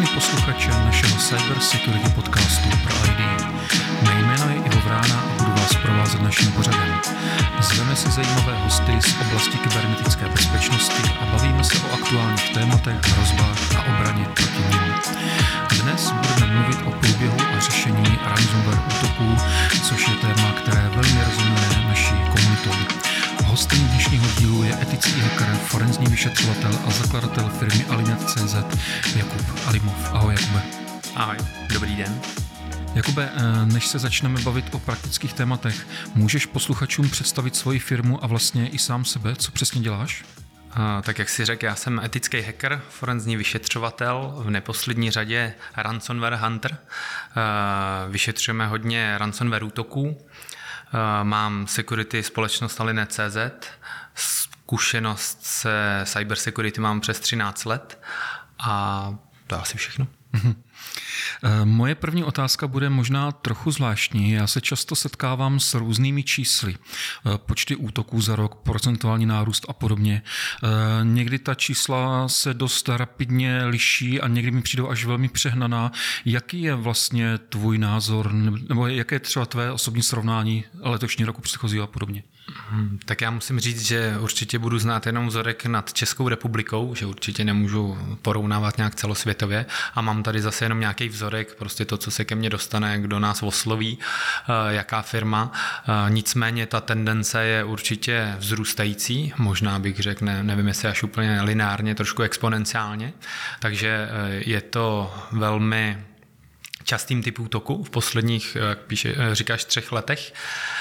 všechny posluchače našeho Cyber Security podcastu pro ID. Mé jméno je Ivo Vrána a budu vás provázet naším pořadem. Zveme si zajímavé hosty z oblasti kybernetické bezpečnosti a bavíme se o aktuálních tématech, hrozbách a obraně proti nim. Dnes budeme mluvit o průběhu a řešení ransomware útoků, což je téma, které velmi rezonuje naší komunitou. Hostem dnešního dílu je etický hacker, forenzní vyšetřovatel a zakladatel firmy Alinet.cz Jakub Alimov. Ahoj Jakube. Ahoj, dobrý den. Jakube, než se začneme bavit o praktických tématech, můžeš posluchačům představit svoji firmu a vlastně i sám sebe, co přesně děláš? Tak jak si řekl, já jsem etický hacker, forenzní vyšetřovatel, v neposlední řadě ransomware hunter. Vyšetřujeme hodně ransomware útoků. Mám security společnost Alinet.cz, zkušenost se cyber security mám přes 13 let a to je asi všechno. Moje první otázka bude možná trochu zvláštní. Já se často setkávám s různými čísly. Počty útoků za rok, procentuální nárůst a podobně. Někdy ta čísla se dost rapidně liší a někdy mi přijdou až velmi přehnaná. Jaký je vlastně tvůj názor, nebo jaké je třeba tvé osobní srovnání letošní roku, předchozího a podobně? Tak já musím říct, že určitě budu znát jenom vzorek nad Českou republikou, že určitě nemůžu porovnávat nějak celosvětově a mám tady zase jenom nějaký vzorek, prostě to, co se ke mně dostane, kdo nás osloví, jaká firma. Nicméně ta tendence je určitě vzrůstající, možná bych řekl, nevím jestli až úplně lineárně, trošku exponenciálně, takže je to velmi častým typ útoku v posledních, jak říkáš, 3 letech.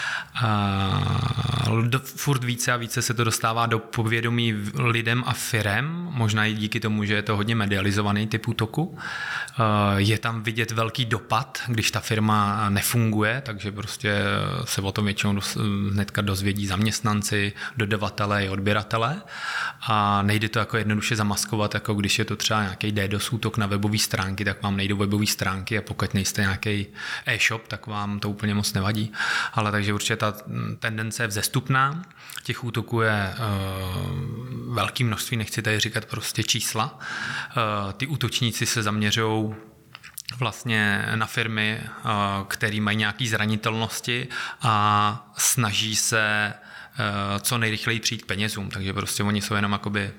Furt více a více se to dostává do povědomí lidem a firem, možná i díky tomu, že je to hodně medializovaný typ útoku. Je tam vidět velký dopad, když ta firma nefunguje, takže prostě se o tom většinou hnedka dozvědí zaměstnanci, dodavatelé i odběratelé a nejde to jako jednoduše zamaskovat, jako když je to třeba nějaký DDoS útok na webové stránky, tak vám nejdou webové stránky a pokud nejste nějaký e-shop, tak vám to úplně moc nevadí. Ale takže určitě ta tendence je vzestupná, těch útoků je velké množství, nechci tady říkat prostě čísla. Ty útočníci se zaměřují vlastně na firmy, které mají nějaké zranitelnosti a snaží se co nejrychleji přijít k penězům, takže prostě oni jsou jenom jakoby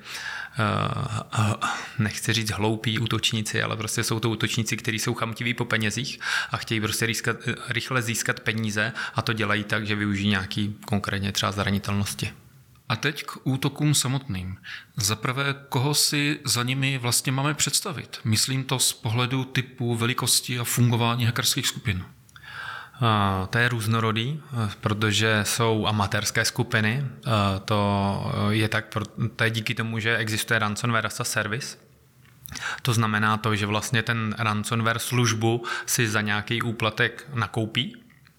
nechci říct hloupí útočníci, ale prostě jsou to útočníci, kteří jsou chamtiví po penězích a chtějí prostě rychle získat peníze a to dělají tak, že využijí nějaký konkrétně třeba zranitelnosti. A teď k útokům samotným. Zaprvé, koho si za nimi vlastně máme představit? Myslím to z pohledu typu velikosti a fungování hackerských skupin. To je různorodý, protože jsou amatérské skupiny. To je díky tomu, že existuje ransomware as a service. To znamená to, že vlastně ten ransomware službu si za nějaký úplatek nakoupí.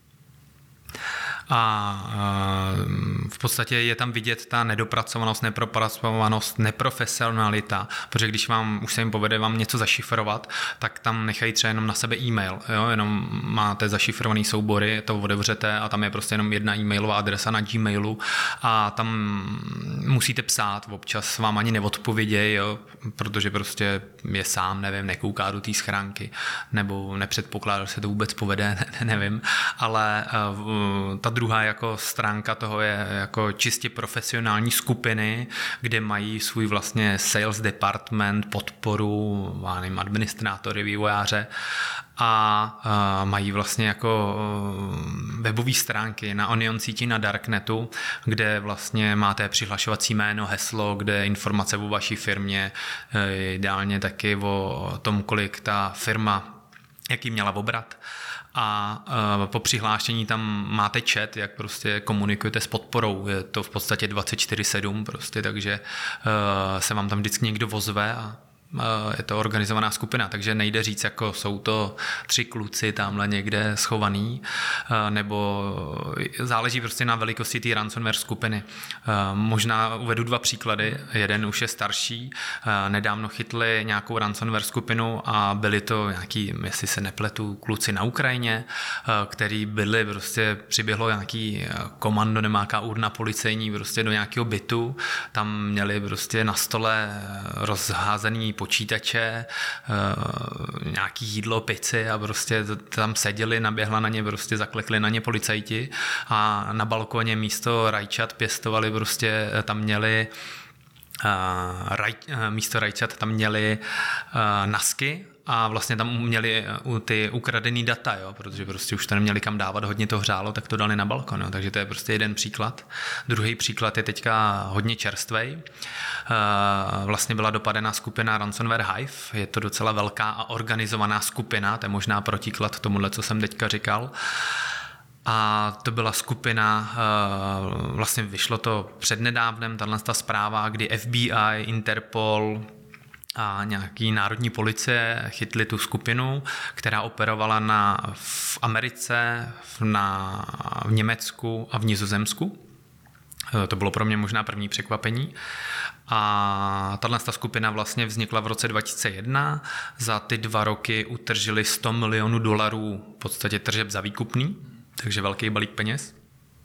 A v podstatě je tam vidět ta nedopracovanost, nepropracovanost, neprofesionalita, protože když už se jim povede vám něco zašifrovat, tak tam nechají třeba jenom na sebe e-mail, jo? Jenom máte zašifrovaný soubory, to otevřete a tam je prostě jenom jedna e-mailová adresa na Gmailu a tam musíte psát, občas vám ani neodpovědějí, jo? Protože prostě je sám, nevím, nekouká do té schránky, nebo nepředpokládá, že se to vůbec povede, nevím, ale ta druhá jako stránka toho je jako čistě profesionální skupiny, kde mají svůj vlastně sales department, podporu, administrátory, vývojáře a mají vlastně jako webové stránky na Onion síti na Darknetu, kde vlastně máte přihlašovací jméno, heslo, kde je informace o vaší firmě, ideálně taky o tom, kolik ta firma, jaký měla obrat. A po přihlášení tam máte chat, jak prostě komunikujete s podporou. Je to v podstatě 24/7 prostě, takže se vám tam vždycky někdo ozve a je to organizovaná skupina, takže nejde říct, jako jsou to 3 kluci tamhle někde schovaný, nebo záleží prostě na velikosti té ransomware skupiny. Možná uvedu 2 příklady. Jeden už je starší, nedávno chytli nějakou ransomware skupinu a byli to nějaký, jestli se nepletu, kluci na Ukrajině, který byli prostě, přiběhlo nějaký komando, nemáká urna policejní prostě do nějakého bytu, tam měli prostě na stole rozházený počítače, nějaký jídlo, pici a prostě tam seděli, naběhla na ně, prostě zaklekli na ně policajti a na balkoně místo rajčat pěstovali, prostě tam měli místo rajčat tam měli nasky a vlastně tam měli ty ukradený data, jo, protože prostě už to neměli kam dávat, hodně to hřálo, tak to dali na balkon, jo, takže to je prostě jeden příklad. Druhý příklad je teďka hodně čerstvej. Vlastně byla dopadená skupina Ransomware Hive, je to docela velká a organizovaná skupina, to je možná protiklad tomuhle, co jsem teďka říkal. A to byla skupina, vlastně vyšlo to přednedávnem, tato zpráva, kdy FBI, Interpol a nějaký národní policie chytli tu skupinu, která operovala v Americe, v Německu a v Nizozemsku. To bylo pro mě možná první překvapení. A tato skupina vlastně vznikla v roce 2001. Za ty 2 roky utržili $100 milionů v podstatě tržeb za výkupný, takže velký balík peněz.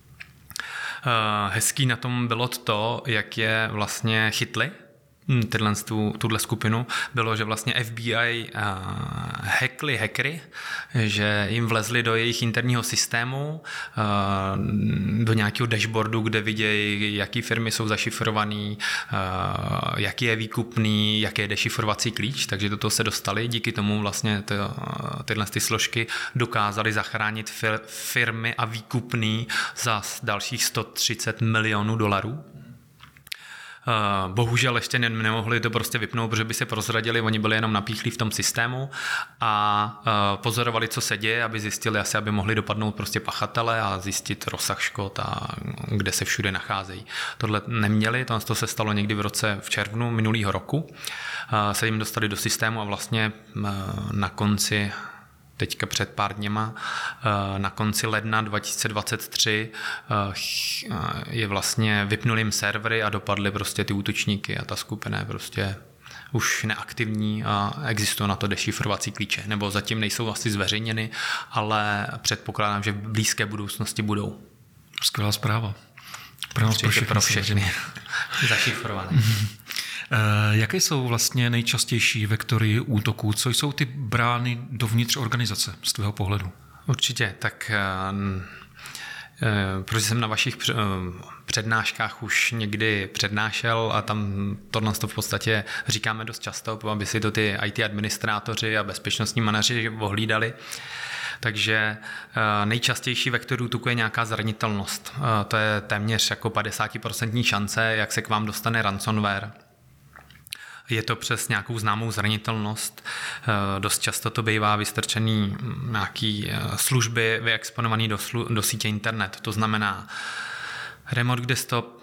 Hezký na tom bylo to, jak je vlastně chytli tuhle skupinu, bylo, že vlastně FBI hackli hackery, že jim vlezli do jejich interního systému, do nějakého dashboardu, kde vidějí, jaký firmy jsou zašifrované, jaký je výkupný, jaký je dešifrovací klíč, takže do toho se dostali. Díky tomu vlastně tyhle složky dokázaly zachránit firmy a výkupný za dalších $130 milionů. Bohužel ještě nemohli to prostě vypnout, protože by se prozradili, oni byli jenom napíchlí v tom systému a pozorovali, co se děje, aby zjistili asi, aby mohli dopadnout prostě pachatele a zjistit rozsah škod a kde se všude nacházejí. Tohle neměli, to se stalo někdy v červnu minulého roku. Se jim dostali do systému a vlastně na konci teďka před pár dněma, na konci ledna 2023 je vlastně vypnuli jim servery a dopadly prostě ty útočníky a ta skupina je prostě už neaktivní a existují na to dešifrovací klíče, nebo zatím nejsou asi zveřejněny, ale předpokládám, že v blízké budoucnosti budou. Skvělá zpráva. Pro všechny zašifrované. Jaké jsou vlastně nejčastější vektory útoků? Co jsou ty brány dovnitř organizace z tvého pohledu? Určitě, tak protože jsem na vašich přednáškách už někdy přednášel a tam tohle v podstatě říkáme dost často, aby si to ty IT administrátoři a bezpečnostní manažeři ohlídali. Takže nejčastější vektor útoku je nějaká zranitelnost. To je téměř jako 50% šance, jak se k vám dostane ransomware. Je to přes nějakou známou zranitelnost. Dost často to bývá vystrčený nějaký služby vyexponovaný do sítě internet. To znamená remote desktop,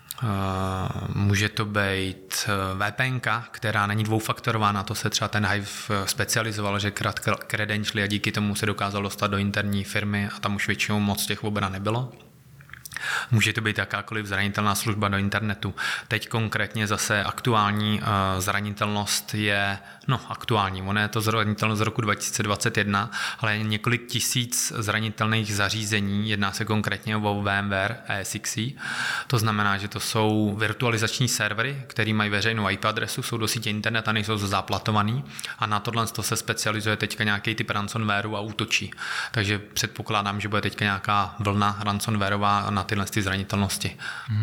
může to být VPNka, která není dvoufaktorová, na to se třeba ten Hive specializoval, že credentialy a díky tomu se dokázal dostat do interní firmy a tam už většinou moc těch obran nebylo. Může to být jakákoliv zranitelná služba do internetu. Teď konkrétně zase aktuální zranitelnost je, aktuální, ono je to zranitelnost z roku 2021, ale je několik tisíc zranitelných zařízení, jedná se konkrétně o VMware ESXi, to znamená, že to jsou virtualizační servery, které mají veřejnou IP adresu, jsou do sítě internet a nejsou záplatovaný a na tohle se specializuje teďka nějaký typ ransomwareu a útočí. Takže předpokládám, že bude teďka nějaká vlna ransomwareová na tyhle zranitelnosti.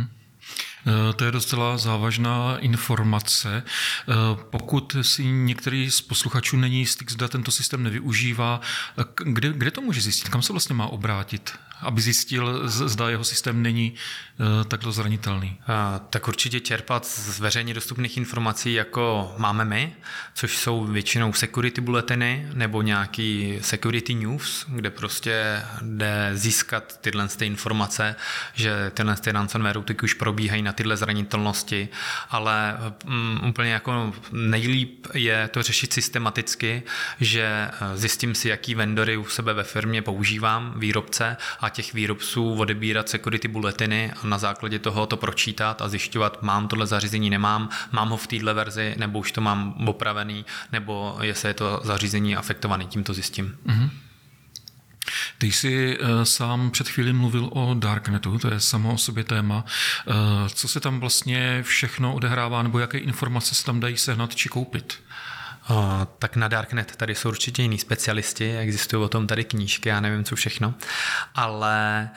To je docela závažná informace. Pokud si některý z posluchačů není jistý, zda tento systém nevyužívá, kde to může zjistit? Kam se vlastně má obrátit, aby zjistil, zda jeho systém není takto zranitelný? Tak určitě čerpat z veřejně dostupných informací, jako máme my, což jsou většinou security bulletiny nebo nějaký security news, kde prostě jde získat tyhle informace, že tyhle ransomware útoky už probíhají na tyhle zranitelnosti, ale úplně jako nejlíp je to řešit systematicky, že zjistím si, jaký vendory u sebe ve firmě používám, výrobce, a těch výrobců odebírat security bulletiny a na základě toho to pročítat a zjišťovat, mám tohle zařízení, nemám, mám ho v téhle verzi, nebo už to mám opravený, nebo jestli je to zařízení afektovaný, tím to zjistím. Ty jsi sám před chvílí mluvil o Darknetu, to je samo o sobě téma. Co se tam vlastně všechno odehrává, nebo jaké informace se tam dají sehnat či koupit? Tak na Darknet tady jsou určitě jiní specialisti, existují o tom tady knížky, já nevím co všechno, ale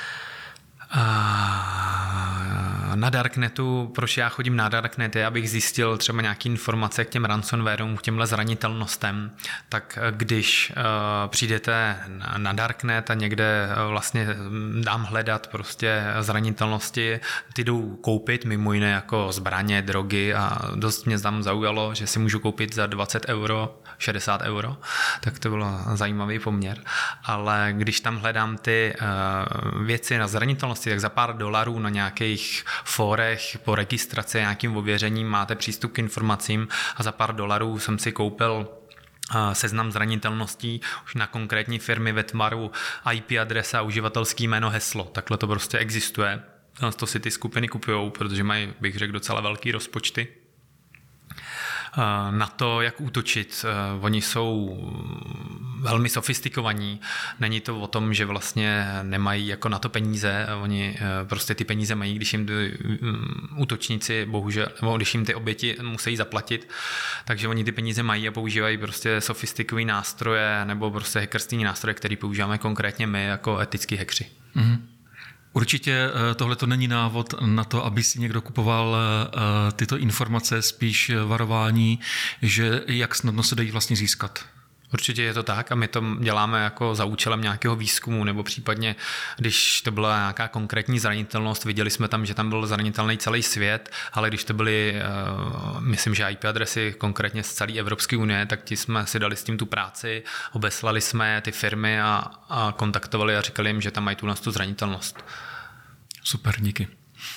na Darknetu, proč já chodím na Darknet, je, abych zjistil třeba nějaké informace k těm ransomwareům, k těmhle zranitelnostem, tak když přijdete na Darknet a někde vlastně dám hledat prostě zranitelnosti, ty jdou koupit mimo jiné jako zbraně, drogy a dost mě tam zaujalo, že si můžu koupit za 20 euro, 60 euro, tak to bylo zajímavý poměr, ale když tam hledám ty věci na zranitelnosti, tak za pár dolarů na nějakých fórech po registraci nějakým ověřením máte přístup k informacím a za pár dolarů jsem si koupil seznam zranitelností už na konkrétní firmy ve tvaru IP adresa, uživatelský jméno, heslo. Takhle to prostě existuje. To si ty skupiny kupujou, protože mají, bych řekl, docela velký rozpočty. Na to, jak útočit. Oni jsou velmi sofistikovaní. Není to o tom, že vlastně nemají jako na to peníze. Oni prostě ty peníze mají, když jim ty útočníci, bohužel, nebo když jim ty oběti musí zaplatit. Takže oni ty peníze mají a používají prostě sofistikované nástroje nebo prostě hackerský nástroje, který používáme konkrétně my jako etický hackři. Mm-hmm. Určitě tohle to není návod na to, aby si někdo kupoval tyto informace, spíš varování, že jak snadno se dají vlastně získat. Určitě je to tak a my to děláme jako za účelem nějakého výzkumu nebo případně, když to byla nějaká konkrétní zranitelnost, viděli jsme tam, že tam byl zranitelný celý svět, ale když to byly, myslím, že IP adresy konkrétně z celé Evropské unie, tak ti jsme si dali s tím tu práci, obeslali jsme ty firmy a kontaktovali a říkali jim, že tam mají tu zranitelnost. Super, díky.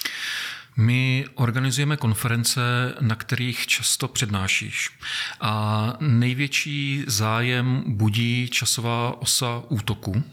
My organizujeme konference, na kterých často přednášíš. A největší zájem budí časová osa útoku,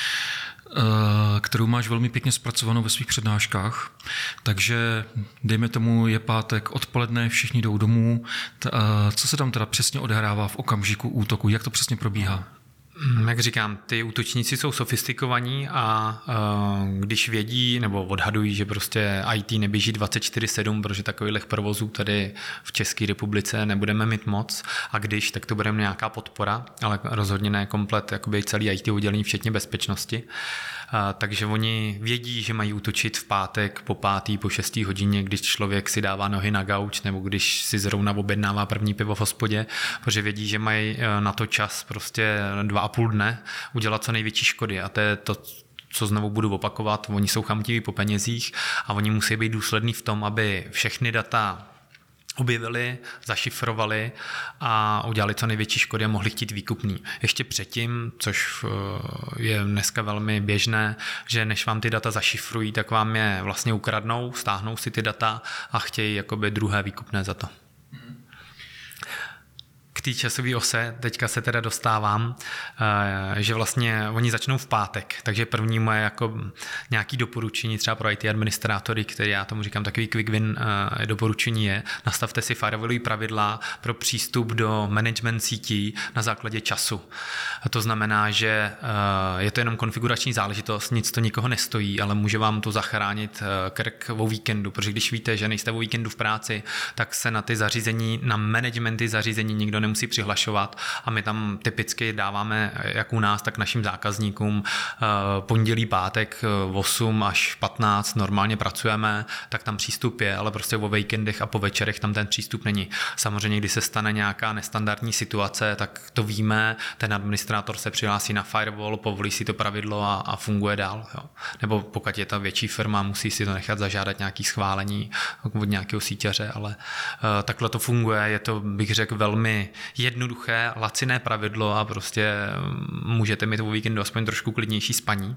kterou máš velmi pěkně zpracovanou ve svých přednáškách. Takže dejme tomu, je pátek odpoledne, všichni jdou domů. Co se tam teda přesně odehrává v okamžiku útoku? Jak to přesně probíhá? Jak říkám, ty útočníci jsou sofistikovaní a když vědí nebo odhadují, že prostě IT neběží 24/7, protože takových provozů tady v České republice nebudeme mít moc a když, tak to bude nějaká podpora, ale rozhodně ne komplet jakoby celý IT oddělení včetně bezpečnosti. Takže oni vědí, že mají útočit v pátek po 5., po 6. hodině, když člověk si dává nohy na gauč nebo když si zrovna objednává první pivo v hospodě, protože vědí, že mají na to čas prostě 2,5 dne udělat co největší škody a to je to, co znovu budu opakovat, oni jsou chamtiví po penězích a oni musí být důslední v tom, aby všechny data objevili, zašifrovali a udělali co největší škody a mohli chtít výkupný. Ještě předtím, což je dneska velmi běžné, že než vám ty data zašifrují, tak vám je vlastně ukradnou, stáhnou si ty data a chtějí jakoby druhé výkupné za to. K té časové ose teďka se teda dostávám, že vlastně oni začnou v pátek, takže první moje jako nějaké doporučení třeba pro IT administrátory, který já tomu říkám takový quick win doporučení je, nastavte si firewallové pravidla pro přístup do management sítí na základě času. A to znamená, že je to jenom konfigurační záležitost, nic to nikoho nestojí, ale může vám to zachránit krk o víkendu, protože když víte, že nejste o víkendu v práci, tak se na ty zařízení, na managementy zařízení nikdo nemusí přihlašovat a my tam typicky dáváme jak u nás, tak našim zákazníkům pondělí, pátek 8 až 15 normálně pracujeme, tak tam přístup je, ale prostě o víkendech a po večerech tam ten přístup není. Samozřejmě, když se stane nějaká nestandardní situace, tak to víme, ten administrátor se přihlásí na firewall, povolí si to pravidlo a funguje dál. Jo. Nebo pokud je to větší firma, musí si to nechat zažádat nějaké schválení od nějakého síťaře, ale takhle to funguje, je to, bych řekl, velmi jednoduché, laciné pravidlo a prostě můžete mít o víkendu aspoň trošku klidnější spaní.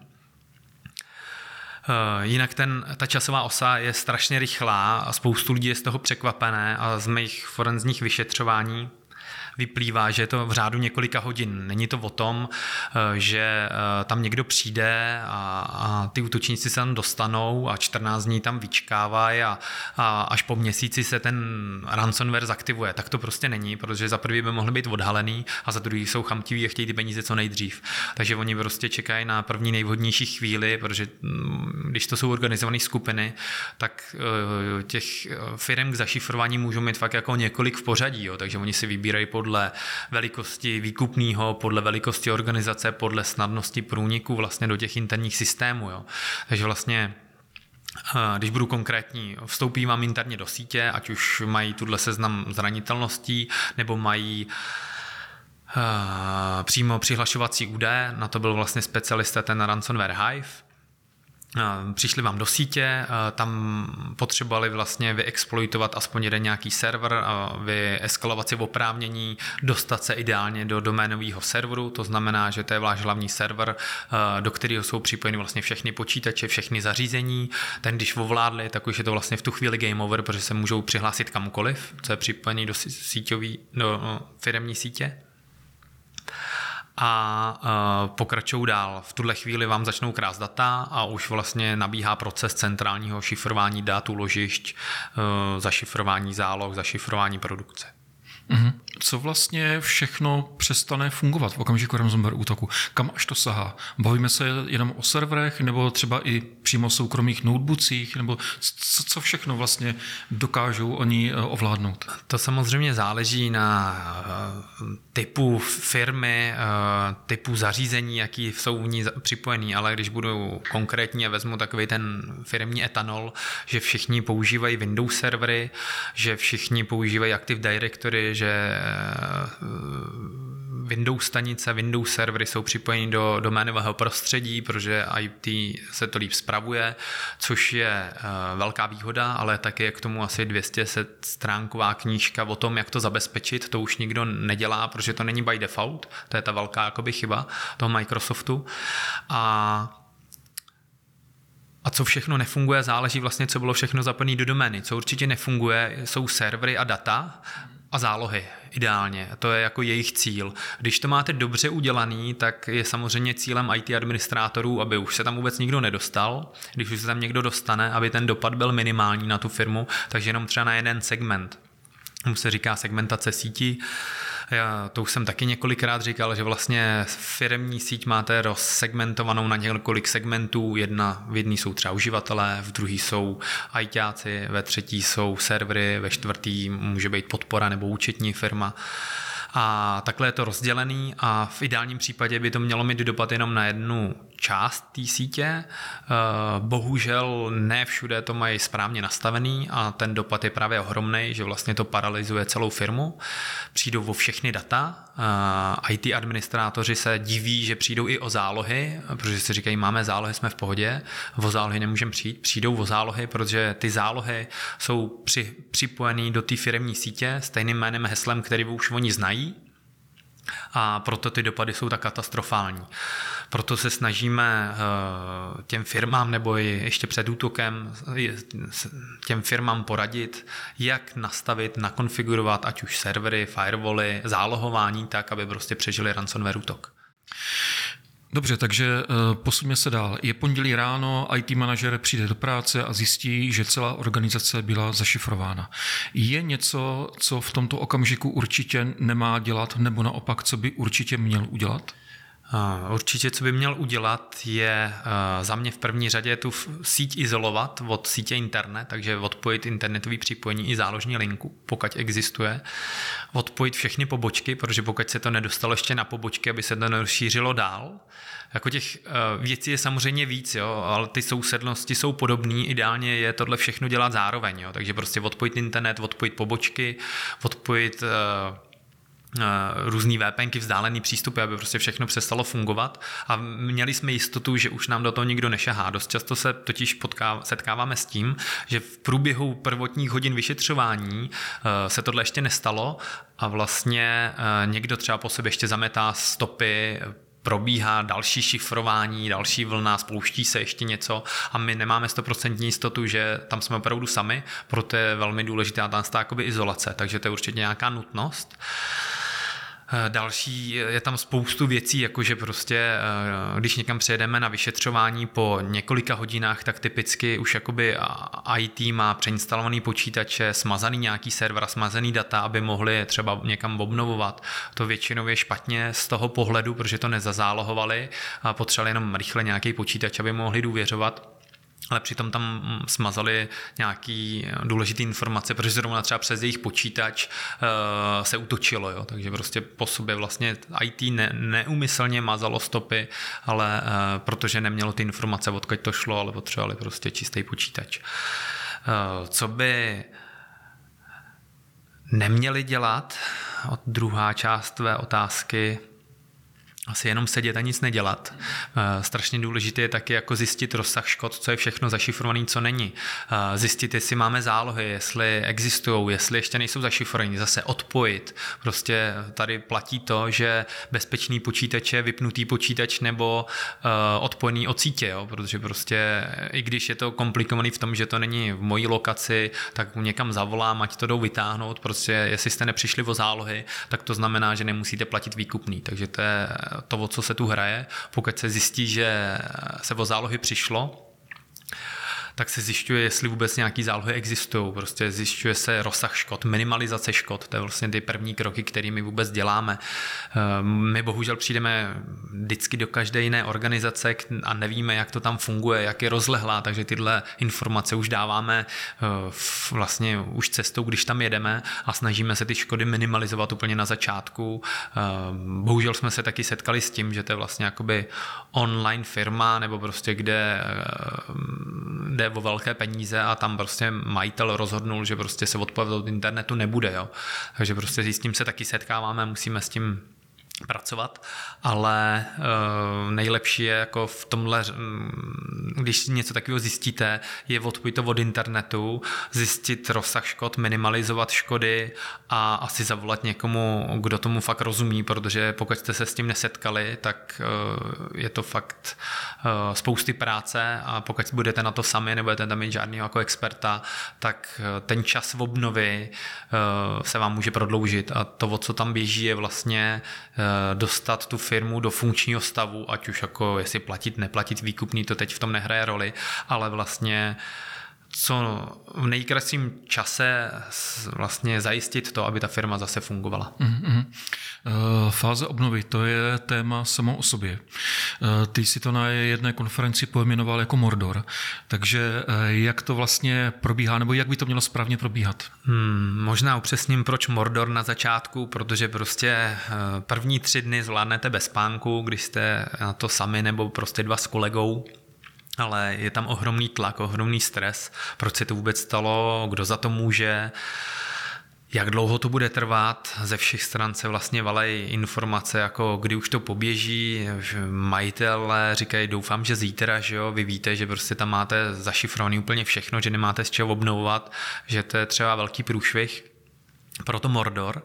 Jinak ta časová osa je strašně rychlá a spoustu lidí je z toho překvapené a z mých forenzních vyšetřování vyplývá, že je to v řádu několika hodin. Není to o tom, že tam někdo přijde a ty útočníci se tam dostanou a 14 dní tam vyčkávají a až po měsíci se ten ransomware zaktivuje. Tak to prostě není, protože za prvý by mohly být odhalený a za druhý jsou chamtiví a chtějí ty peníze co nejdřív. Takže oni prostě čekají na první nejvhodnější chvíli, protože když to jsou organizované skupiny, tak těch firem k zašifrování můžou mít fakt jako několik v pořadí, jo. Takže oni si vybírají podle velikosti výkupního, podle velikosti organizace, podle snadnosti průniku vlastně do těch interních systémů. Jo. Takže vlastně když budu konkrétní, vstoupí vám interně do sítě, ať už mají tuhle seznam zranitelností, nebo mají přímo přihlašovací údaje, na to byl vlastně specialista ten ransomware Hive. Přišli vám do sítě, tam potřebovali vlastně vyexploitovat aspoň jeden nějaký server, vyeskalovat si oprávnění, dostat se ideálně do doménového serveru, to znamená, že to je váš hlavní server, do kterého jsou připojeny vlastně všechny počítače, všechny zařízení. Ten, když ovládli, tak už je to vlastně v tu chvíli game over, protože se můžou přihlásit kamkoliv, co je připojený do firemní sítě. A pokračují dál. V tuhle chvíli vám začnou krást data a už vlastně nabíhá proces centrálního šifrování dat, úložišť, zašifrování záloh, zašifrování produkce. Co vlastně všechno přestane fungovat v okamžiku ransomware útoku? Kam až to sahá? Bavíme se jenom o serverech nebo třeba i přímo soukromých notebookcích? Nebo co všechno vlastně dokážou oni ovládnout? To samozřejmě záleží na typu firmy, typu zařízení, jaký jsou v ní připojený, ale když budu konkrétní a vezmu takový ten firemní etanol, že všichni používají Windows servery, že všichni používají Active Directory, že Windows stanice, Windows servery jsou připojeny do doménového prostředí, protože IT se to líp spravuje, což je velká výhoda, ale také je k tomu asi 200 stránková knížka o tom, jak to zabezpečit. To už nikdo nedělá, protože to není by default, to je ta velká jakoby chyba toho Microsoftu. A co všechno nefunguje, záleží vlastně, co bylo všechno zapojené do domény. Co určitě nefunguje, jsou servery a data a zálohy ideálně. To je jako jejich cíl. Když to máte dobře udělaný, tak je samozřejmě cílem IT administrátorů, aby už se tam vůbec nikdo nedostal. Když už se tam někdo dostane, aby ten dopad byl minimální na tu firmu, takže jenom třeba na jeden segment. Mu se říká segmentace sítí. To už jsem taky několikrát říkal, že vlastně firemní síť máte rozsegmentovanou na několik segmentů. V jedné jsou třeba uživatelé, v druhé jsou ajťáci, ve třetí jsou servery, ve čtvrtý může být podpora nebo účetní firma. A takhle je to rozdělený a v ideálním případě by to mělo mít dopad jenom na jednu část té sítě. Bohužel ne všude to mají správně nastavený a ten dopad je právě ohromný, že vlastně to paralyzuje celou firmu. Přijdou o všechny data. IT administrátoři se diví, že přijdou i o zálohy, protože si říkají, máme zálohy, jsme v pohodě, o zálohy nemůžeme přijít. Přijdou o zálohy, protože ty zálohy jsou připojený do té firemní sítě stejným jménem, heslem, který už oni znají. A proto ty dopady jsou tak katastrofální. Proto se snažíme těm firmám, nebo i ještě před útokem, těm firmám poradit, jak nastavit, nakonfigurovat ať už servery, firewally, zálohování tak, aby prostě přežili ransomware útok. Dobře, takže posuňme se dál. Je pondělí ráno, IT manažer přijde do práce a zjistí, že celá organizace byla zašifrována. Je něco, co v tomto okamžiku určitě nemá dělat, nebo naopak, co by určitě měl udělat? Určitě, co by měl udělat, je za mě v první řadě tu síť izolovat od sítě internet, takže odpojit internetové připojení i záložní linku, pokud existuje. Odpojit všechny pobočky, protože pokud se to nedostalo ještě na pobočky, aby se to nerozšířilo dál. Jako těch věcí je samozřejmě víc, jo, ale ty sousednosti jsou podobné. Ideálně je tohle všechno dělat zároveň. Jo, takže prostě odpojit internet, odpojit pobočky, odpojit různý VPNky, vzdálený přístupy, aby prostě všechno přestalo fungovat a měli jsme jistotu, že už nám do toho nikdo nešahá. Dost často se totiž setkáváme s tím, že v průběhu prvotních hodin vyšetřování se tohle ještě nestalo a vlastně někdo třeba po sobě ještě zametá stopy, probíhá další šifrování, další vlna, spouští se ještě něco a my nemáme 100% jistotu, že tam jsme opravdu sami, proto je velmi důležitá ta jakoby izolace, takže to je určitě nějaká nutnost. Další, je tam spoustu věcí, jakože prostě, když někam přejedeme na vyšetřování po několika hodinách, tak typicky už jakoby IT má přeinstalovaný počítače, smazaný nějaký server, smazaný data, aby mohli třeba někam obnovovat. To většinou je špatně z toho pohledu, protože to nezazálohovali a potřebovali jenom rychle nějaký počítač, aby mohli důvěřovat. Ale přitom tam smazali nějaký důležité informace, protože zrovna třeba přes jejich počítač se útočilo, jo? Takže prostě po sobě vlastně IT neúmyslně mazalo stopy, ale protože nemělo ty informace, odkud to šlo, ale potřebovali prostě čistý počítač. Co by neměli dělat, druhá část tvé otázky, asi jenom sedět a nic nedělat. Strašně důležité je taky jako zjistit rozsah škod, co je všechno zašifrované, co není. Zjistit, jestli máme zálohy, jestli existují, jestli ještě nejsou zašifrované, zase odpojit. Prostě tady platí to, že bezpečný počítač je vypnutý počítač nebo odpojený od sítě, jo? Protože prostě i když je to komplikovaný v tom, že to není v mojí lokaci, tak někam zavolám, ať to jdou vytáhnout. Prostě jestli jste nepřišli o zálohy, tak to znamená, že nemusíte platit výkupný. Takže to je to, o co se tu hraje. Pokud se zjistí, že se o zálohy přišlo, tak se zjišťuje, jestli vůbec nějaký zálohy existují. Prostě zjišťuje se rozsah škod, minimalizace škod. To je vlastně ty první kroky, které my vůbec děláme. My bohužel přijdeme vždycky do každé jiné organizace a nevíme, jak to tam funguje, jak je rozlehlá, takže tyhle informace už dáváme vlastně už cestou, když tam jedeme a snažíme se ty škody minimalizovat úplně na začátku. Bohužel jsme se taky setkali s tím, že to je vlastně jakoby online firma, nebo prostě kde o velké peníze a tam prostě majitel rozhodnul, že prostě se odpověď od internetu nebude, jo. Takže prostě s tím se taky setkáváme, musíme s tím pracovat, ale nejlepší je jako v tomhle, když něco takového zjistíte, je odpojit to od internetu, zjistit rozsah škod, minimalizovat škody a asi zavolat někomu, kdo tomu fakt rozumí, protože pokud jste se s tím nesetkali, tak je to fakt spousty práce a pokud budete na to sami, nebudete tam mít žádného jako experta, tak ten čas v obnovy se vám může prodloužit a to, o co tam běží, je vlastně dostat tu firmu do funkčního stavu, ať už jako jestli platit, neplatit výkupný, to teď v tom nehraje roli, ale vlastně co v nejkratším čase vlastně zajistit to, aby ta firma zase fungovala. Fáze obnovy, to je téma samo o sobě. Ty si to na jedné konferenci pojmenoval jako Mordor. Takže jak to vlastně probíhá, nebo jak by to mělo správně probíhat? Možná upřesním, proč Mordor na začátku, protože prostě první 3 dny zvládnete bez spánku, když jste na to sami nebo prostě 2 s kolegou. Ale je tam ohromný tlak, ohromný stres, proč se to vůbec stalo, kdo za to může, jak dlouho to bude trvat, ze všech stran se vlastně valejí informace, jako kdy už to poběží, majitelé říkají, doufám, že zítra, že jo, vy víte, že prostě tam máte zašifrovaný úplně všechno, že nemáte z čeho obnovovat, že to je třeba velký průšvih, proto Mordor.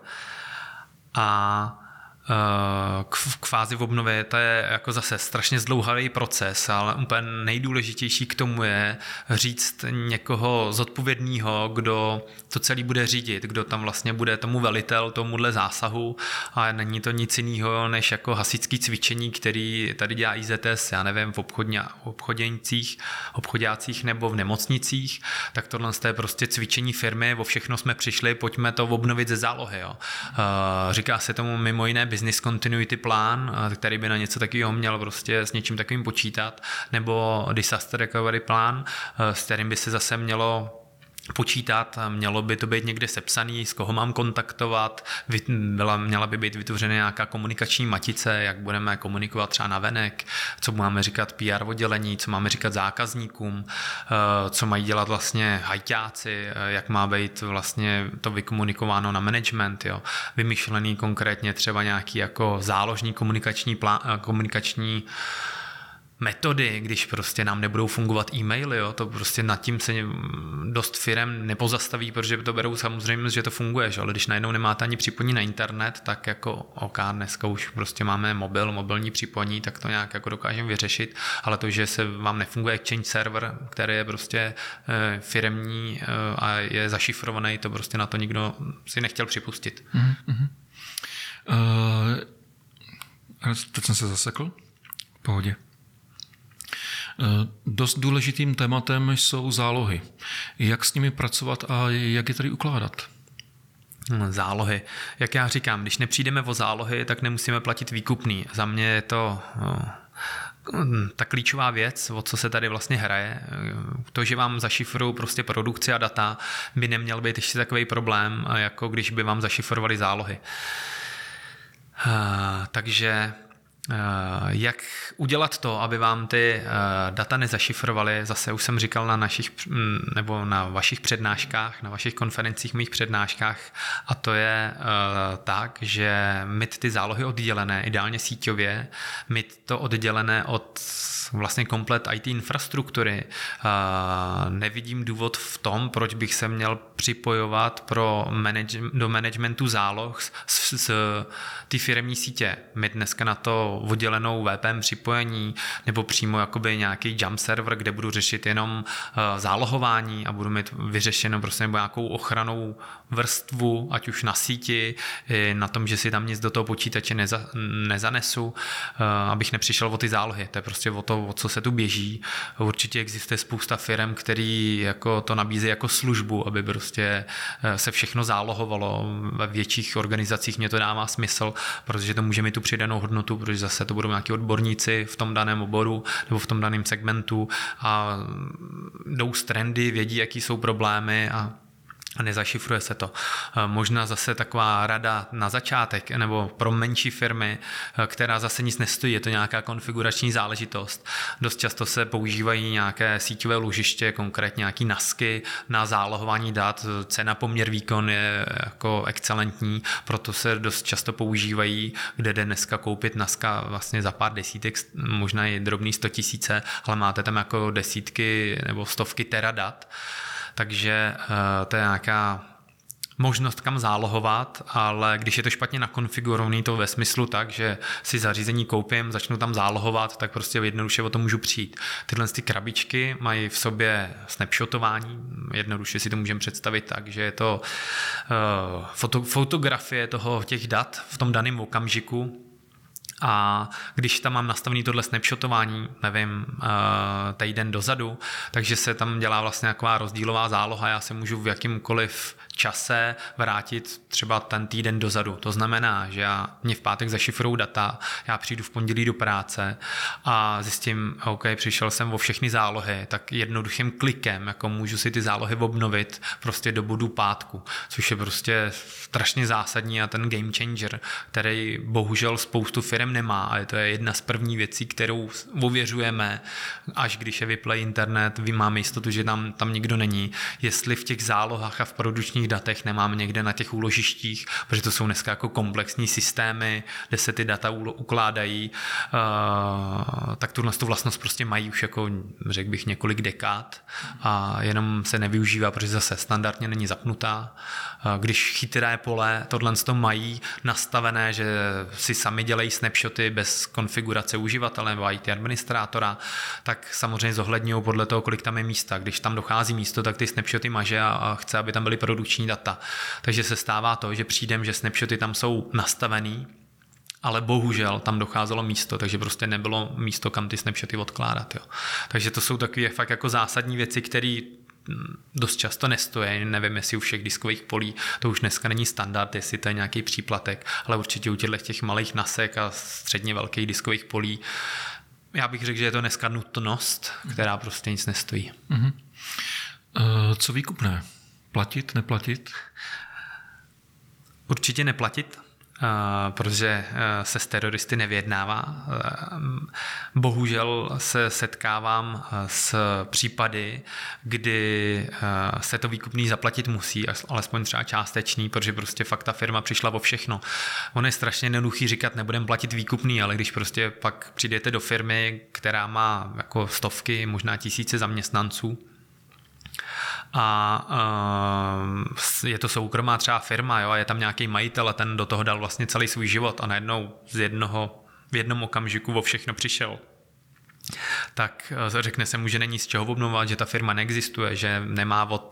A k fázi v obnově, to je jako zase strašně zdlouhavý proces, ale úplně nejdůležitější k tomu je říct někoho zodpovědného, kdo to celý bude řídit, kdo tam vlastně bude tomu velitel, tomuhle zásahu a není to nic jiného než jako hasičský cvičení, který tady dělá IZS, já nevím, v obchodácích nebo v nemocnicích, tak tohle je prostě cvičení firmy, o všechno jsme přišli, pojďme to obnovit ze zálohy. Jo. Říká se tomu mimo jiné business continuity plán, který by na něco takového měl prostě s něčím takovým počítat, nebo disaster recovery plán, s kterým by se zase mělo počítat, mělo by to být někde sepsaný, s koho mám kontaktovat, měla by být vytvořena nějaká komunikační matice, jak budeme komunikovat třeba navenek, co máme říkat PR oddělení, co máme říkat zákazníkům, co mají dělat vlastně hajťáci, jak má být vlastně to vykomunikováno na management, jo. Vymyšlený konkrétně třeba nějaký jako záložní komunikační metody, když prostě nám nebudou fungovat e-maily, jo, to prostě nad tím se dost firem nepozastaví, protože to berou samozřejmě, že to funguje, že? Ale když najednou nemáte ani připojení na internet, tak jako OK, dneska už prostě máme mobilní připojení, tak to nějak jako dokážeme vyřešit, ale to, že se vám nefunguje Exchange server, který je prostě firemní a je zašifrovaný, to prostě na to nikdo si nechtěl připustit. Mm-hmm. Teď jsem se zasekl. V pohodě. Dost důležitým tématem jsou zálohy. Jak s nimi pracovat a jak je tady ukládat? Zálohy. Jak já říkám, když nepřijdeme o zálohy, tak nemusíme platit výkupný. Za mě je to ta klíčová věc, o co se tady vlastně hraje. To, že vám zašifrují prostě produkci a data, by neměl být ještě takový problém, jako když by vám zašifrovali zálohy. Takže jak udělat to, aby vám ty data nezašifrovaly, zase už jsem říkal na vašich přednáškách, na vašich konferencích, mých přednáškách, a to je tak, že mít ty zálohy oddělené, ideálně síťově, mít to oddělené od vlastně komplet IT infrastruktury. Nevidím důvod v tom, proč bych se měl připojovat do managementu záloh z ty firemní sítě. My dneska na to oddělenou VPN připojení nebo přímo jakoby nějaký jump server, kde budu řešit jenom zálohování a budu mít vyřešeno prostě nebo nějakou ochranou vrstvu, ať už na síti, na tom, že si tam nic do toho počítače nezanesu, abych nepřišel o ty zálohy. To je prostě o to, o co se tu běží. Určitě existuje spousta firm, který jako to nabízí jako službu, aby prostě se všechno zálohovalo. Ve větších organizacích mě to dává smysl, protože to může mít tu přidanou hodnotu, protože zase to budou nějaký odborníci v tom daném oboru nebo v tom daném segmentu a jdou z trendy, vědí, jaký jsou problémy a nezašifruje se to. Možná zase taková rada na začátek nebo pro menší firmy, která zase nic nestojí, je to nějaká konfigurační záležitost. Dost často se používají nějaké síťové lůžiště, konkrétně nějaký NASky na zálohování dat. Cena poměr výkon je jako excelentní, proto se dost často používají, kde jde dneska koupit NASka vlastně za pár desítek, možná i drobný 100 000, ale máte tam jako desítky nebo stovky teradat. Takže to je nějaká možnost kam zálohovat, ale když je to špatně nakonfigurovaný, to ve smyslu tak, že si zařízení koupím, začnu tam zálohovat, tak prostě jednoduše o to můžu přijít. Tyhle ty krabičky mají v sobě snapshotování, jednoduše si to můžeme představit tak, že je to fotografie těch dat v tom daném okamžiku. A když tam mám nastavený tohle snapshotování, nevím, týden dozadu, takže se tam dělá vlastně taková rozdílová záloha, já se můžu v jakýmkoliv čase vrátit třeba ten týden dozadu. To znamená, že mě v pátek zašifrují data, já přijdu v pondělí do práce a zjistím, OK, přišel jsem o všechny zálohy, tak jednoduchým klikem jako můžu si ty zálohy obnovit prostě do bodu pátku, což je prostě strašně zásadní a ten game changer, který bohužel spoustu firm nemá a to je jedna z prvních věcí, kterou ověřujeme, až když je vyplay internet, máme jistotu, že tam nikdo není. Jestli v těch zálohách a v produkčních datech nemáme někde na těch úložištích, protože to jsou dneska jako komplexní systémy, kde se ty data ukládají, tak tuhle vlastnost prostě mají už jako, řekl bych, několik dekád a jenom se nevyužívá, protože zase standardně není zapnutá. Když chytré pole tohle mají nastavené, že si sami dělají snapshoty bez konfigurace uživatele nebo IT administrátora, tak samozřejmě zohledňují podle toho, kolik tam je místa. Když tam dochází místo, tak ty snapshoty maže a chce, aby tam byly produkční data. Takže se stává to, že přijdem, že snapshoty tam jsou nastavený, ale bohužel tam docházelo místo, takže prostě nebylo místo, kam ty snapshoty odkládat. Jo. Takže to jsou takové fakt jako zásadní věci, které dost často nestojí. Nevím, jestli u všech diskových polí to už dneska není standard, jestli to je nějaký příplatek, ale určitě u těch malých nasek a středně velkých diskových polí já bych řekl, že je to dneska nutnost, která prostě nic nestojí. Mm-hmm. Co výkupné? Platit, neplatit? Určitě neplatit, protože se s teroristy nevyjednává. Bohužel se setkávám s případy, kdy se to výkupný zaplatit musí, alespoň třeba částečný, protože prostě fakt ta firma přišla o všechno. Ono je strašně jednoduchý říkat, nebudem platit výkupný, ale když prostě pak přijdete do firmy, která má jako stovky, možná tisíce zaměstnanců, a je to soukromá třeba firma, jo, a je tam nějaký majitel a ten do toho dal vlastně celý svůj život a najednou v jednom okamžiku o všechno přišel, tak řekne se mu, že není z čeho obnovovat, že ta firma neexistuje, že nemá od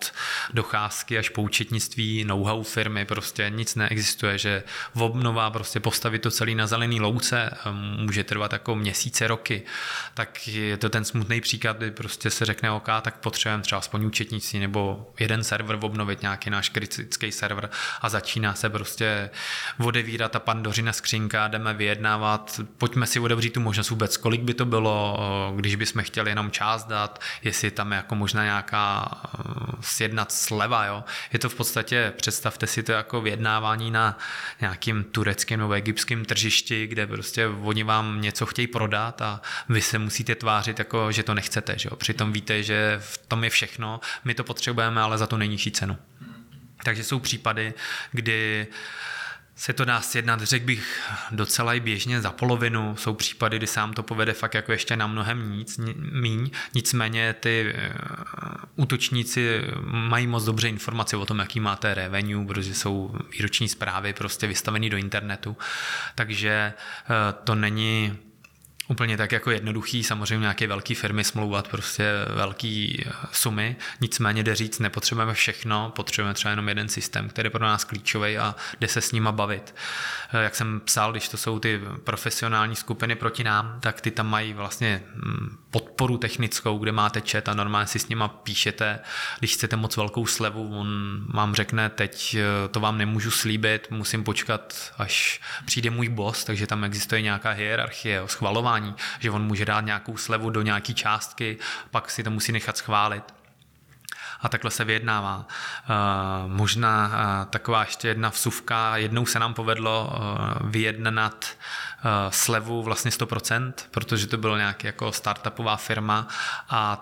docházky až po účetnictví, know-how firmy, prostě nic neexistuje, že obnova, prostě postavit to celý na zelený louce může trvat jako měsíce, roky, tak je to ten smutný příklad, kdy prostě se řekne OK, tak potřebujeme třeba aspoň účetnictví nebo jeden server obnovit, nějaký náš kritický server a začíná se prostě odevírat ta pandořina skřínka, jdeme vyjednávat, pojďme si otevřít tu možnost vůbec, kolik by to bylo, když bychom chtěli jenom část dát, jestli tam je jako možná nějaká sjednat sleva, jo. Je to v podstatě, představte si to jako vyjednávání na nějakým tureckým nebo egyptském tržišti, kde prostě oni vám něco chtějí prodat a vy se musíte tvářit jako, že to nechcete, že jo. Přitom víte, že v tom je všechno, my to potřebujeme, ale za to nejnižší cenu. Takže jsou případy, kdy se to dá sjednat, řekl bych, docela i běžně za polovinu. Jsou případy, kdy sám to povede fakt jako ještě na mnohem míň. Nicméně ty útočníci mají moc dobře informace o tom, jaký máte revenue, protože jsou výroční zprávy prostě vystavený do internetu. Takže to není úplně tak jako jednoduchý, samozřejmě nějaké velké firmy smlouvat prostě velký sumy, nicméně jde říct, nepotřebujeme všechno, potřebujeme třeba jenom jeden systém, který je pro nás klíčový a jde se s nima bavit. Jak jsem psal, když to jsou ty profesionální skupiny proti nám, tak ty tam mají vlastně podporu technickou, kde máte chat a normálně si s nima píšete, když chcete moc velkou slevu, on vám řekne, teď to vám nemůžu slíbit, musím počkat, až přijde můj boss, takže tam existuje nějaká hierarchie, schvalování, že on může dát nějakou slevu do nějaký částky, pak si to musí nechat schválit. A takhle se vyjednává. Možná taková ještě jedna vsuvka, jednou se nám povedlo vyjednat slevu vlastně 100%, protože to byla nějaká jako startupová firma a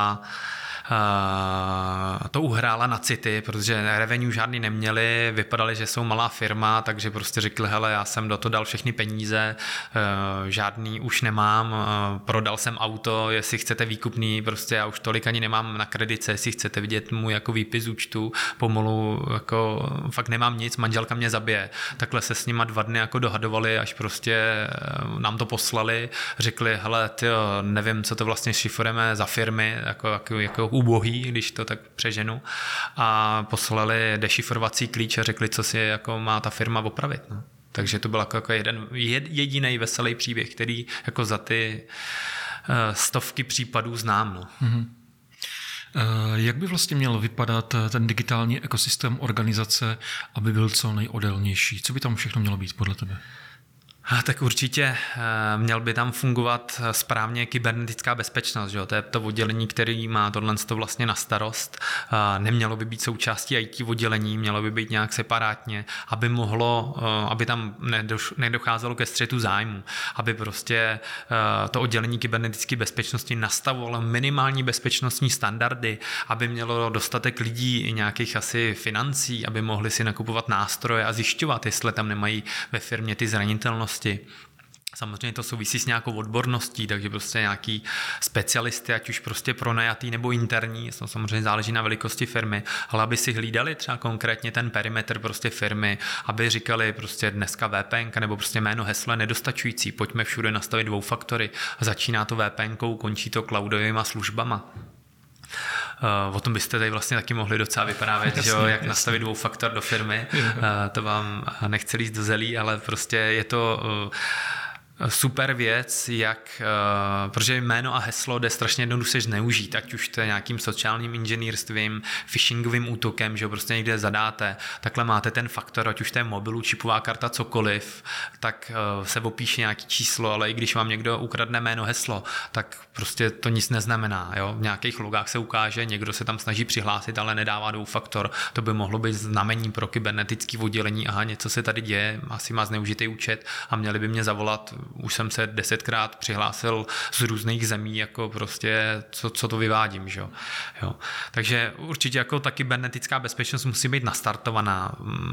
to uhrála na city, protože revenue žádný neměli, vypadali, že jsou malá firma, takže prostě řekli, hele, já jsem do toho dal všechny peníze, žádný už nemám, prodal jsem auto, jestli chcete výkupný, prostě já už tolik ani nemám na kredice, jestli chcete vidět můj jako výpis z účtu, pomalu jako fakt nemám nic, manželka mě zabije. Takhle se s nima 2 dny jako dohadovali, až prostě nám to poslali, řekli, hele, tyjo, nevím, co to vlastně šifrujeme za firmy, jako ubohý, když to tak přeženu, a poslali dešifrovací klíč a řekli, co si jako má ta firma opravit. No. Takže to byl jako jeden jediný veselý příběh, který jako za ty stovky případů znám. No. Mm-hmm. Jak by vlastně měl vypadat ten digitální ekosystém organizace, aby byl co nejodelnější? Co by tam všechno mělo být podle tebe? Tak určitě měl by tam fungovat správně kybernetická bezpečnost. Že? To je to oddělení, který má tohle vlastně na starost. Nemělo by být součástí IT oddělení, mělo by být nějak separátně, aby tam nedocházelo ke střetu zájmu, aby prostě to oddělení kybernetické bezpečnosti nastavovalo minimální bezpečnostní standardy, aby mělo dostatek lidí i nějakých asi financí, aby mohli si nakupovat nástroje a zjišťovat, jestli tam nemají ve firmě ty zranitelnosti. Samozřejmě to souvisí s nějakou odborností, takže prostě nějaký specialisty, ať už prostě pronajatý nebo interní, to samozřejmě záleží na velikosti firmy, ale aby si hlídali třeba konkrétně ten perimetr prostě firmy, aby říkali prostě dneska VPN nebo prostě jméno heslo je nedostačující, pojďme všude nastavit 2 faktory a začíná to VPN-kou, končí to cloudovýma službama. O tom byste tady vlastně taky mohli docela vyprávět, jasně, jak nastavit 2 faktor do firmy. To vám nechci líst do zelí, ale prostě je to super věc, protože jméno a heslo jde strašně jednoduše zneužít, ať už to je nějakým sociálním inženýrstvím, phishingovým útokem, že ho prostě někde zadáte, takhle máte ten faktor, ať už to je mobilu, čipová karta, cokoliv, tak se opíše nějaký číslo, ale i když vám někdo ukradne jméno, heslo, tak prostě to nic neznamená. Jo? V nějakých logách se ukáže, někdo se tam snaží přihlásit, ale nedává 2 faktor, to by mohlo být znamení pro kybernetické oddělení, aha, něco se tady děje, asi má zneužitý účet a měli by mě zavolat. Už jsem se 10krát přihlásil z různých zemí, jako prostě, co to vyvádím, že jo. Takže určitě jako ta kybernetická bezpečnost musí být nastartovaná.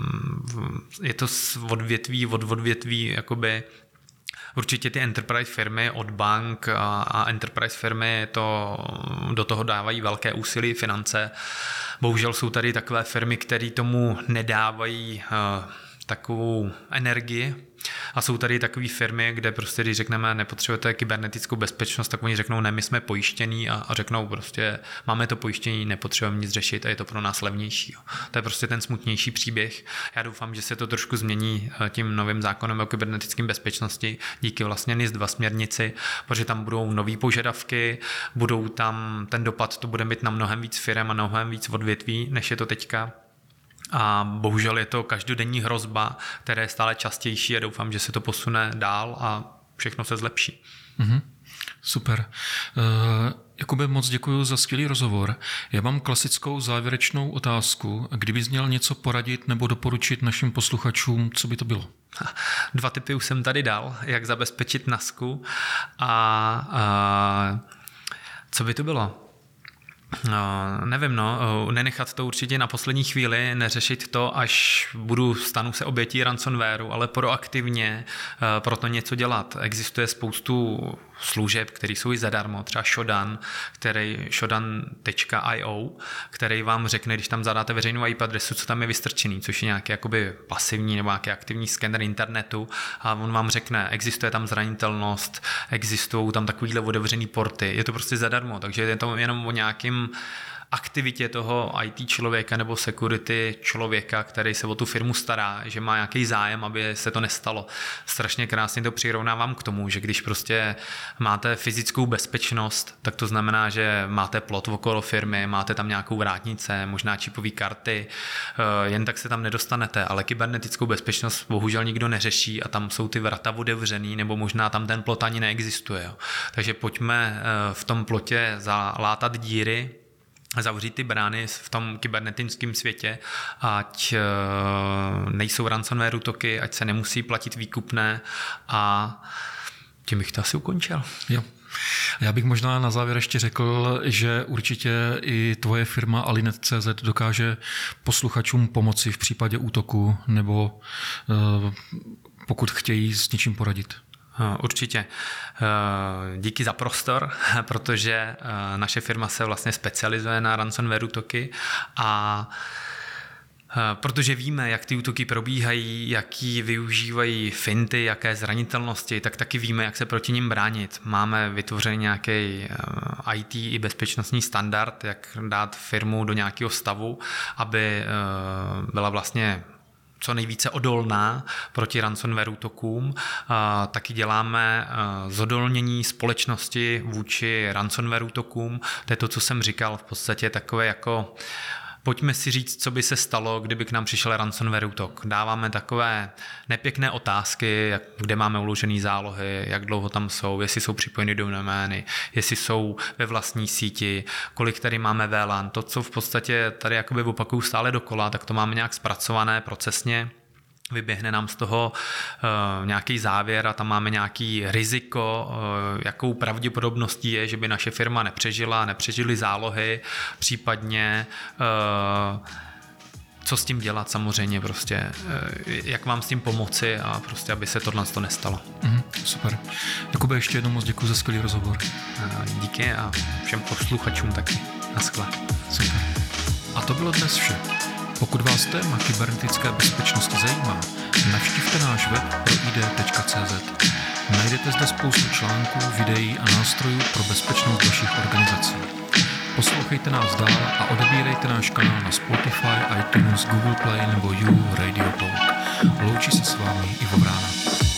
Je to od odvětví, jakoby určitě ty enterprise firmy od bank a enterprise firmy do toho dávají velké úsilí, finance. Bohužel jsou tady takové firmy, které tomu nedávají takovou energii. A jsou tady takové firmy, kde prostě, když řekneme, nepotřebujete kybernetickou bezpečnost, tak oni řeknou, ne, my jsme pojištění a řeknou prostě, máme to pojištění, nepotřebujeme nic řešit a je to pro nás levnější. To je prostě ten smutnější příběh. Já doufám, že se to trošku změní tím novým zákonem o kybernetické bezpečnosti díky vlastně NIS 2 směrnici, protože tam budou nové požadavky, budou tam, ten dopad to bude mít na mnohem víc firem a mnohem víc odvětví, než je to teďka. A bohužel je to každodenní hrozba, která je stále častější a doufám, že se to posune dál a všechno se zlepší. Super. Jakube, moc děkuji za skvělý rozhovor. Já mám klasickou závěrečnou otázku. Kdybys měl něco poradit nebo doporučit našim posluchačům, co by to bylo? 2 tipy už jsem tady dal, jak zabezpečit NASku a co by to bylo? Nevím, nenechat to určitě na poslední chvíli, neřešit to, až stanu se obětí ransomwareu, ale proaktivně pro to něco dělat. Existuje spoustu služeb, které jsou i zadarmo, třeba shodan.io, který vám řekne, když tam zadáte veřejnou IP adresu, co tam je vystrčený, což je nějaký jakoby pasivní nebo nějaký aktivní skener internetu a on vám řekne, existuje tam zranitelnost, existují tam takovýhle otevřený porty, je to prostě zadarmo, takže je to jenom o nějakým aktivitě toho IT člověka nebo security člověka, který se o tu firmu stará, že má nějaký zájem, aby se to nestalo. Strašně krásně to přirovnávám k tomu, že když prostě máte fyzickou bezpečnost, tak to znamená, že máte plot okolo firmy, máte tam nějakou vrátnice, možná čipové karty, jen tak se tam nedostanete, ale kybernetickou bezpečnost bohužel nikdo neřeší a tam jsou ty vrata otevřený, nebo možná tam ten plot ani neexistuje. Takže pojďme v tom plotě zalátat díry, zavřít ty brány v tom kybernetickém světě, ať nejsou ransomware útoky, ať se nemusí platit výkupné a tím bych to asi ukončil. Jo. Já bych možná na závěr ještě řekl, že určitě i tvoje firma Alinet.cz dokáže posluchačům pomoci v případě útoku nebo pokud chtějí s něčím poradit. Určitě. Díky za prostor, protože naše firma se vlastně specializuje na ransomware útoky a protože víme, jak ty útoky probíhají, jaký využívají finty, jaké zranitelnosti, tak taky víme, jak se proti nim bránit. Máme vytvořený nějaký IT i bezpečnostní standard, jak dát firmu do nějakého stavu, aby byla vlastně co nejvíce odolná proti ransomware útokům. Taky děláme zodolnění společnosti vůči ransomware útokům. To je to, co jsem říkal, v podstatě takové jako pojďme si říct, co by se stalo, kdyby k nám přišel ransomware útok. Dáváme takové nepěkné otázky, kde máme uložené zálohy, jak dlouho tam jsou, jestli jsou připojeny do domény, jestli jsou ve vlastní síti, kolik tady máme VLAN. To, co v podstatě tady jakoby opakuju stále dokola, tak to máme nějak zpracované procesně. Vyběhne nám z toho nějaký závěr a tam máme nějaký riziko, jakou pravděpodobností je, že by naše firma nepřežily zálohy, případně co s tím dělat samozřejmě prostě, jak vám s tím pomoci a prostě, aby se tohle nestalo. Super. Jakube, ještě jednou moc děkuji za skvělý rozhovor. Díky a všem posluchačům taky. Naschle. Super. A to bylo dnes vše. Pokud vás téma kybernetické bezpečnosti zajímá, navštivte náš web proid.cz. Najdete zde spoustu článků, videí a nástrojů pro bezpečnost vašich organizací. Poslouchejte nás dál a odebírejte náš kanál na Spotify, iTunes, Google Play nebo You Radio Talk. Loučí se s vámi Ivo Vrána.